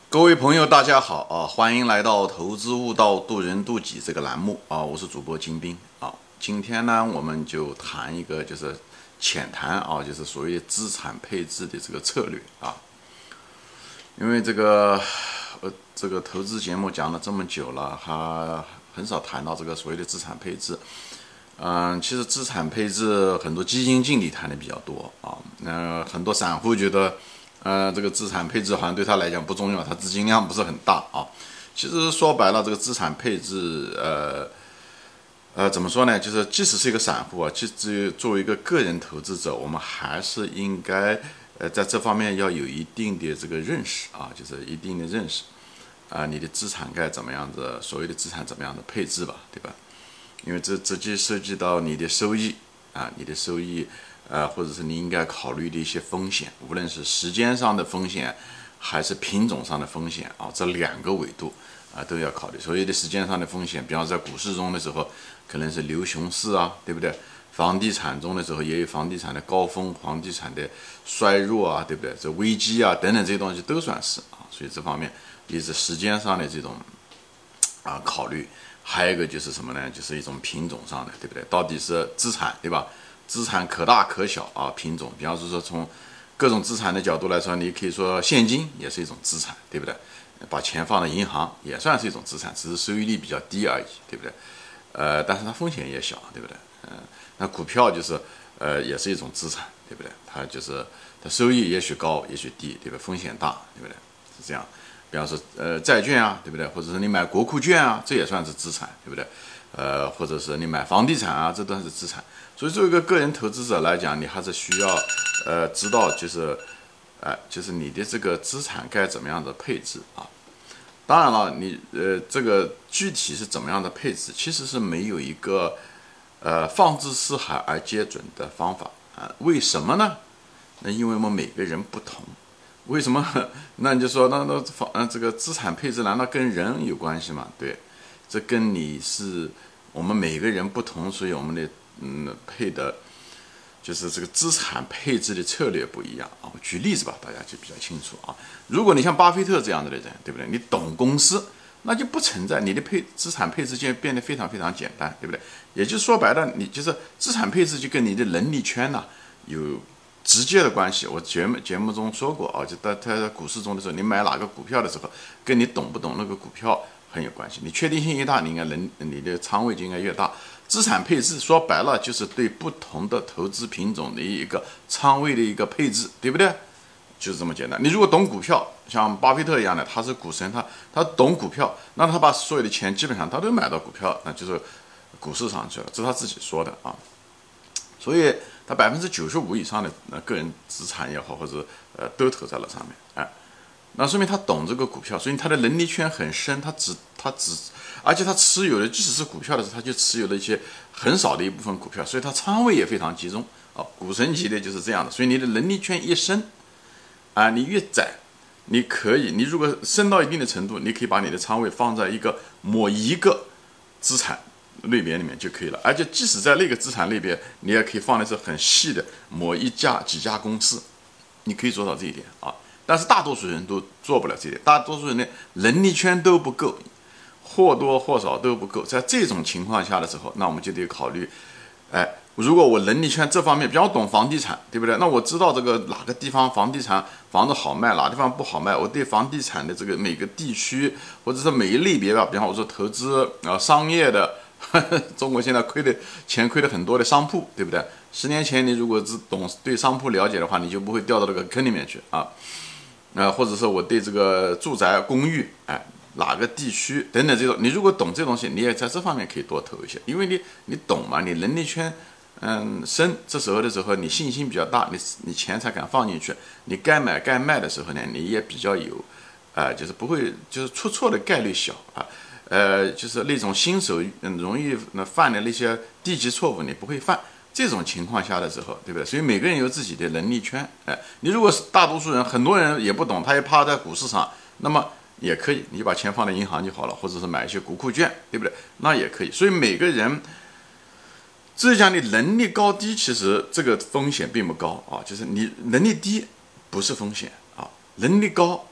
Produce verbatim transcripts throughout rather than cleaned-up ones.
各位朋友，大家好啊！欢迎来到投资悟道渡人渡己这个栏目啊！我是主播金兵啊。今天呢，我们就谈一个就是浅谈啊，就是所谓资产配置的这个策略啊。因为这个呃，这个投资节目讲了这么久了，还很少谈到这个所谓的资产配置。嗯，其实资产配置很多基金经理谈的比较多啊。那很多散户觉得。呃，这个资产配置好像对他来讲不重要，他资金量不是很大啊。其实说白了，这个资产配置，呃，呃，怎么说呢？就是即使是一个散户啊，其实作为一个个人投资者，我们还是应该，呃，在这方面要有一定的这个认识啊，就是一定的认识啊，你的资产该怎么样子，所谓的资产怎么样的配置吧，对吧？因为这直接涉及到你的收益啊，你的收益。呃，或者是你应该考虑的一些风险，无论是时间上的风险，还是品种上的风险啊，这两个维度啊都要考虑。所谓的时间上的风险，比方在股市中的时候，可能是牛熊市啊，对不对？房地产中的时候也有房地产的高峰，房地产的衰弱啊，对不对？这危机啊等等这些东西都算是啊，所以这方面也是时间上的这种啊考虑。还有一个就是什么呢？就是一种品种上的，对不对？到底是资产，对吧？资产可大可小啊，品种，比方说从各种资产的角度来说，你可以说现金也是一种资产，对不对？把钱放在银行也算是一种资产，只是收益率比较低而已，对不对？呃，但是它风险也小，对不对？嗯、呃，那股票就是呃也是一种资产，对不对？它就是它收益也许高，也许低，对吧？风险大，对不对？是这样。比方说呃债券啊，对不对？或者是你买国库券啊，这也算是资产，对不对？呃，或者是你买房地产啊，这都是资产。所以作为一个个人投资者来讲，你还是需要，呃，知道就是，呃，就是你的这个资产该怎么样的配置啊。当然了，你呃这个具体是怎么样的配置，其实是没有一个呃放之四海而皆准的方法啊。为什么呢？那因为我们每个人不同。为什么？那你就说，那那房呃这个资产配置难道跟人有关系吗？对，这跟你是我们每个人不同，所以我们的嗯配的，就是这个资产配置的策略不一样啊。我举例子吧，大家就比较清楚啊。如果你像巴菲特这样的人，对不对？你懂公司，那就不存在你的配资产配置就变得非常非常简单，对不对？也就是说白了，你就是资产配置就跟你的能力圈呢、啊、有。直接的关系，我节目节目中说过啊，就在他在股市中的时候，你买哪个股票的时候，跟你懂不懂那个股票很有关系。你确定性越大，你应该能你的仓位就应该越大。资产配置说白了就是对不同的投资品种的一个仓位的一个配置，对不对？就是这么简单。你如果懂股票，像巴菲特一样的，他是股神，他他懂股票，那他把所有的钱基本上他都买到股票，那就是股市上去了，这是他自己说的啊。所以他百分之九十五以上的呃个人资产也好，或者呃都投在了上面，哎，那说明他懂这个股票，所以他的能力圈很深，他只他只，而且他持有的即使是股票的时候，他就持有了一些很少的一部分股票，所以他仓位也非常集中啊。股神级的就是这样的，所以你的能力圈越深啊，你越窄，你可以，你如果深到一定的程度，你可以把你的仓位放在一个某一个资产类别里面就可以了，而且即使在那个资产类别，你也可以放的是很细的某一家几家公司，你可以做到这一点啊。但是大多数人都做不了这一点，大多数人的能力圈都不够，或多或少都不够。在这种情况下的时候，那我们就得考虑，哎，如果我能力圈这方面比较懂房地产，对不对？那我知道这个哪个地方房地产房子好卖，哪个地方不好卖，我对房地产的这个每个地区或者是每一类别吧，比方我说投资啊、呃、商业的。中国现在亏的钱亏的很多的商铺，对不对？十年前你如果只懂对商铺了解的话，你就不会掉到这个坑里面去啊。呃，或者是我对这个住宅公寓，哎，哪个地区等等这种，你如果懂这东西，你也在这方面可以多投一些，因为你你懂嘛，你能力圈嗯深，这时候的时候你信心比较大，你你钱才敢放进去，你该买该卖的时候呢，你也比较有，啊、呃，就是不会就是出错的概率小啊。呃，就是那种新手嗯容易犯的那些低级错误，你不会犯。这种情况下的时候，对不对？所以每个人有自己的能力圈。哎，你如果是大多数人，很多人也不懂，他也趴在股市上，那么也可以，你把钱放在银行就好了，或者是买一些国库券，对不对？那也可以。所以每个人，至于讲你能力高低，其实这个风险并不高啊，就是你能力低不是风险啊，能力高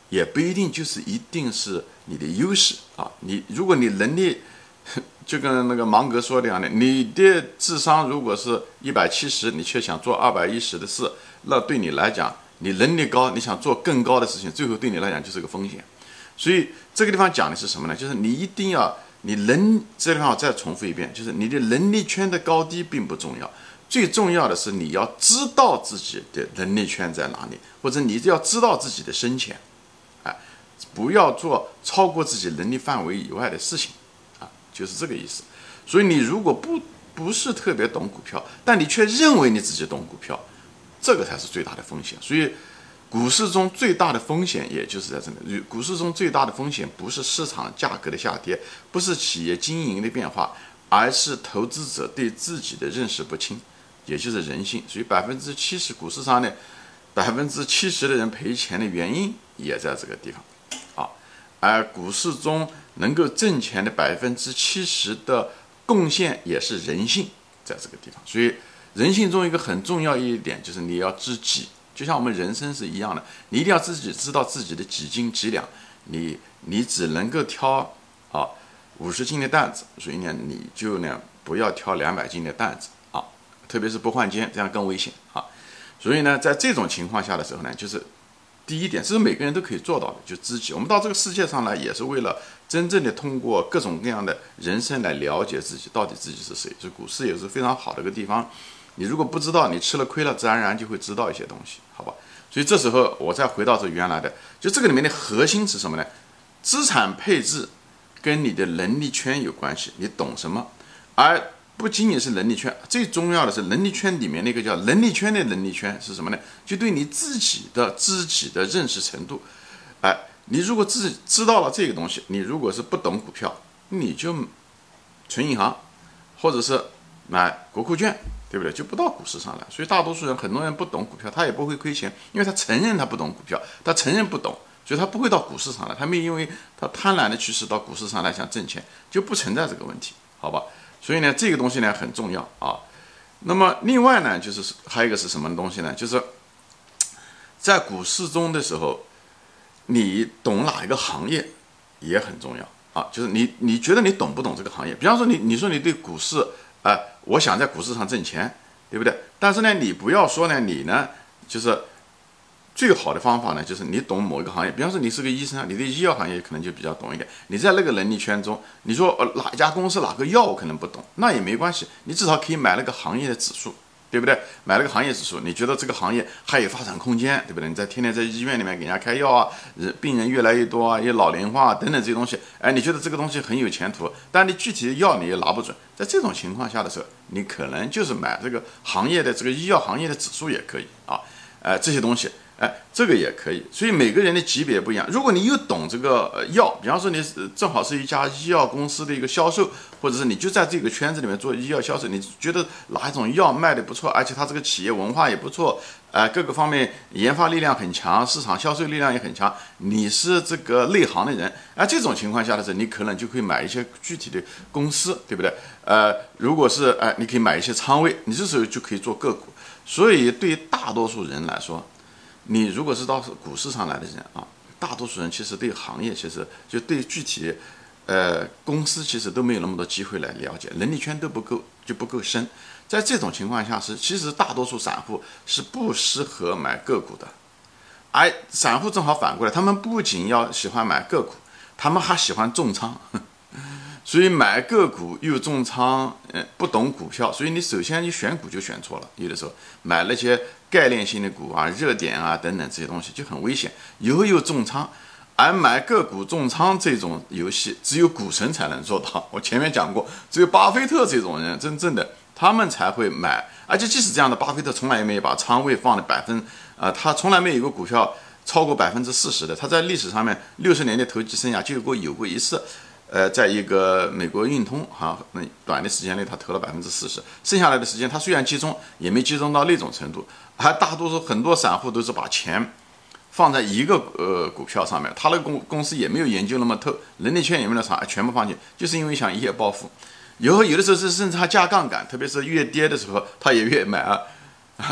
也不一定就是一定是你的优势啊。你如果你能力就跟那个芒格说的一样的，你的智商如果是一百七十，你却想做二百一十的事，那对你来讲，你能力高，你想做更高的事情，最后对你来讲就是个风险。所以这个地方讲的是什么呢？就是你一定要，你能这地方我再重复一遍，就是你的能力圈的高低并不重要，最重要的是你要知道自己的能力圈在哪里，或者你要知道自己的深浅，哎，不要做超过自己能力范围以外的事情。就是这个意思。所以你如果不不是特别懂股票，但你却认为你自己懂股票，这个才是最大的风险。所以股市中最大的风险也就是在这里。股市中最大的风险不是市场价格的下跌，不是企业经营的变化，而是投资者对自己的认识不清，也就是人性。所以百分之七十股市上呢，百分之七十的人赔钱的原因也在这个地方啊。而股市中能够挣钱的百分之七十的贡献也是人性，在这个地方。所以人性中一个很重要一点就是你要知己，就像我们人生是一样的，你一定要自己知道自己的几斤几两，你你只能够挑啊五十斤的担子，所以呢你就呢不要挑两百斤的担子啊，特别是不换肩，这样更危险啊。所以呢，在这种情况下的时候呢，就是第一点，这是每个人都可以做到的，就知己。我们到这个世界上来，也是为了真正的通过各种各样的人生来了解自己，到底自己是谁。所以股市也是非常好的一个地方。你如果不知道，你吃了亏了，自然而然就会知道一些东西，好吧？所以这时候我再回到这原来的，就这个里面的核心是什么呢？资产配置跟你的能力圈有关系，你懂什么？而不仅仅是能力圈，最重要的是能力圈里面那个叫能力圈的能力圈是什么呢？就对你自己的知己的认识程度。哎，你如果自己知道了这个东西，你如果是不懂股票，你就存银行，或者是买国库券，对不对？就不到股市上来。所以大多数人，很多人不懂股票，他也不会亏钱，因为他承认他不懂股票，他承认不懂，所以他不会到股市上来。他没因为他贪婪的趋势到股市上来想挣钱，就不存在这个问题，好吧？所以呢，这个东西呢很重要啊。那么另外呢，就是还有一个是什么东西呢？就是在股市中的时候，你懂哪一个行业也很重要啊。就是你你觉得你懂不懂这个行业？比方说你你说你对股市，啊、呃，我想在股市上挣钱，对不对？但是呢，你不要说呢，你呢就是最好的方法呢，就是你懂某一个行业。比方说你是个医生，你对医药行业可能就比较懂一点。你在那个能力圈中，你说呃哪一家公司哪个药我可能不懂，那也没关系，你至少可以买那个行业的指数，对不对？买了个行业指数，你觉得这个行业还有发展空间，对不对？你在天天在医院里面给人家开药啊，病人越来越多啊，也老龄化啊等等这些东西，哎，你觉得这个东西很有前途，但你具体的药你也拿不准。在这种情况下的时候，你可能就是买这个行业的这个医药行业的指数也可以啊，呃，这些东西。哎，这个也可以，所以每个人的级别不一样。如果你又懂这个药，比方说你正好是一家医药公司的一个销售，或者是你就在这个圈子里面做医药销售，你觉得哪一种药卖的不错，而且它这个企业文化也不错，呃，各个方面研发力量很强，市场销售力量也很强，你是这个内行的人，而、呃、这种情况下的时候，你可能就可以买一些具体的公司，对不对？呃，如果是哎、呃，你可以买一些仓位，你这时候就可以做个股。所以对于大多数人来说，你如果是到股市上来的人啊，大多数人其实对行业，其实就对具体，呃，公司其实都没有那么多机会来了解，能力圈都不够，就不够深。在这种情况下是，其实大多数散户是不适合买个股的，而散户正好反过来，他们不仅要喜欢买个股，他们还喜欢重仓。所以买个股又重仓，呃，不懂股票，所以你首先你选股就选错了。有的时候买那些概念性的股啊、热点啊等等这些东西就很危险，以后又重仓。而买个股重仓这种游戏，只有股神才能做到。我前面讲过，只有巴菲特这种人真正的他们才会买，而且即使这样的，巴菲特从来也没有把仓位放的百分，啊、呃，他从来没有一个股票超过百分之四十的。他在历史上面六十年的投机生涯就有过有过一次。呃，在一个美国运通哈，那短的时间内他投了百分之四十，剩下来的时间他虽然集中，也没集中到那种程度。还大多数很多散户都是把钱放在一个呃股票上面，他的公公司也没有研究那么透，能力圈也没有那啥，全部放进，就是因为想一夜暴富。以后有的时候是甚至他加杠杆，特别是越跌的时候，他也越买啊。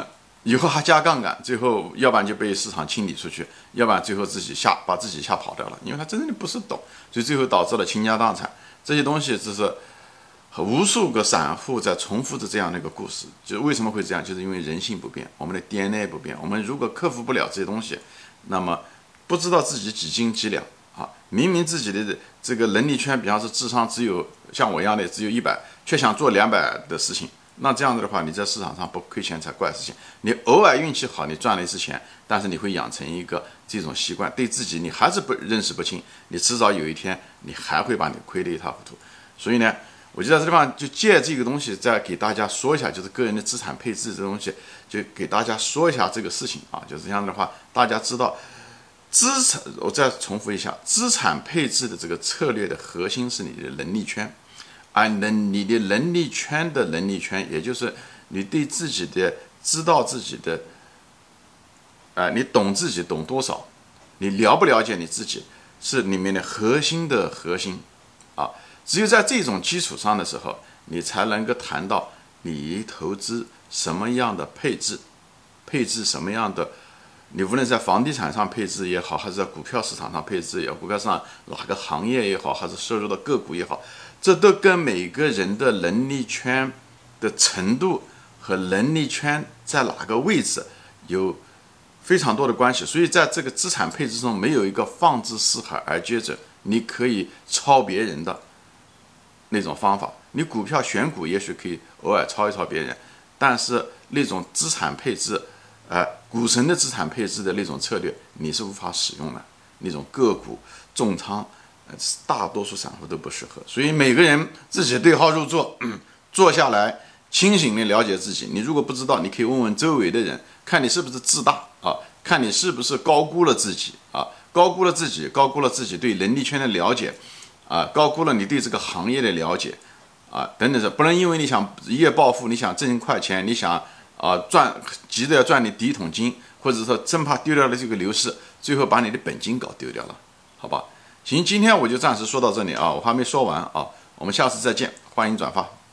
以后还加杠杆，最后要不然就被市场清理出去，要不然最后自己吓把自己吓跑掉了，因为他真的不是懂，所以最后导致了倾家荡产。这些东西只是无数个散户在重复着这样的一个故事。就为什么会这样，就是因为人性不变，我们的 D N A 不变。我们如果克服不了这些东西，那么不知道自己几斤几两啊，明明自己的这个能力圈，比方说智商只有像我一样的只有一百，却想做两百的事情。那这样子的话，你在市场上不亏钱才怪事情。你偶尔运气好，你赚了一次钱，但是你会养成一个这种习惯，对自己你还是不认识不清，你迟早有一天你还会把你亏得一塌糊涂。所以呢，我就在这地方就借这个东西再给大家说一下，就是个人的资产配置这东西，就给大家说一下这个事情啊，就是这样的话，大家知道资产，我再重复一下，资产配置的这个策略的核心是你的能力圈。啊，能你的能力圈的能力圈，也就是你对自己的知道自己的，啊、呃，你懂自己懂多少，你了不了解你自己，是里面的核心的核心，啊，只有在这种基础上的时候，你才能够谈到你投资什么样的配置，配置什么样的，你无论在房地产上配置也好，还是在股票市场上配置也好，股票上哪个行业也好，还是涉入的个股也好。这都跟每个人的能力圈的程度和能力圈在哪个位置有非常多的关系，所以在这个资产配置中没有一个放之四海而皆准，你可以抄别人的那种方法。你股票选股也许可以偶尔抄一抄别人，但是那种资产配置，呃，股神的资产配置的那种策略，你是无法使用的。那种个股重仓。大多数散户都不适合，所以每个人自己对号入座，嗯，坐下来清醒地了解自己。你如果不知道，你可以问问周围的人，看你是不是自大啊，看你是不是高估了自己啊，高估了自己，高估了自己对能力圈的了解啊，高估了你对这个行业的了解啊，等等的，不能因为你想一夜暴富，你想挣快钱，你想啊赚急着要赚你第一桶金，或者说生怕丢掉了这个牛市，最后把你的本金搞丢掉了，好吧？行，今天我就暂时说到这里啊，我还没说完啊，我们下次再见，欢迎转发。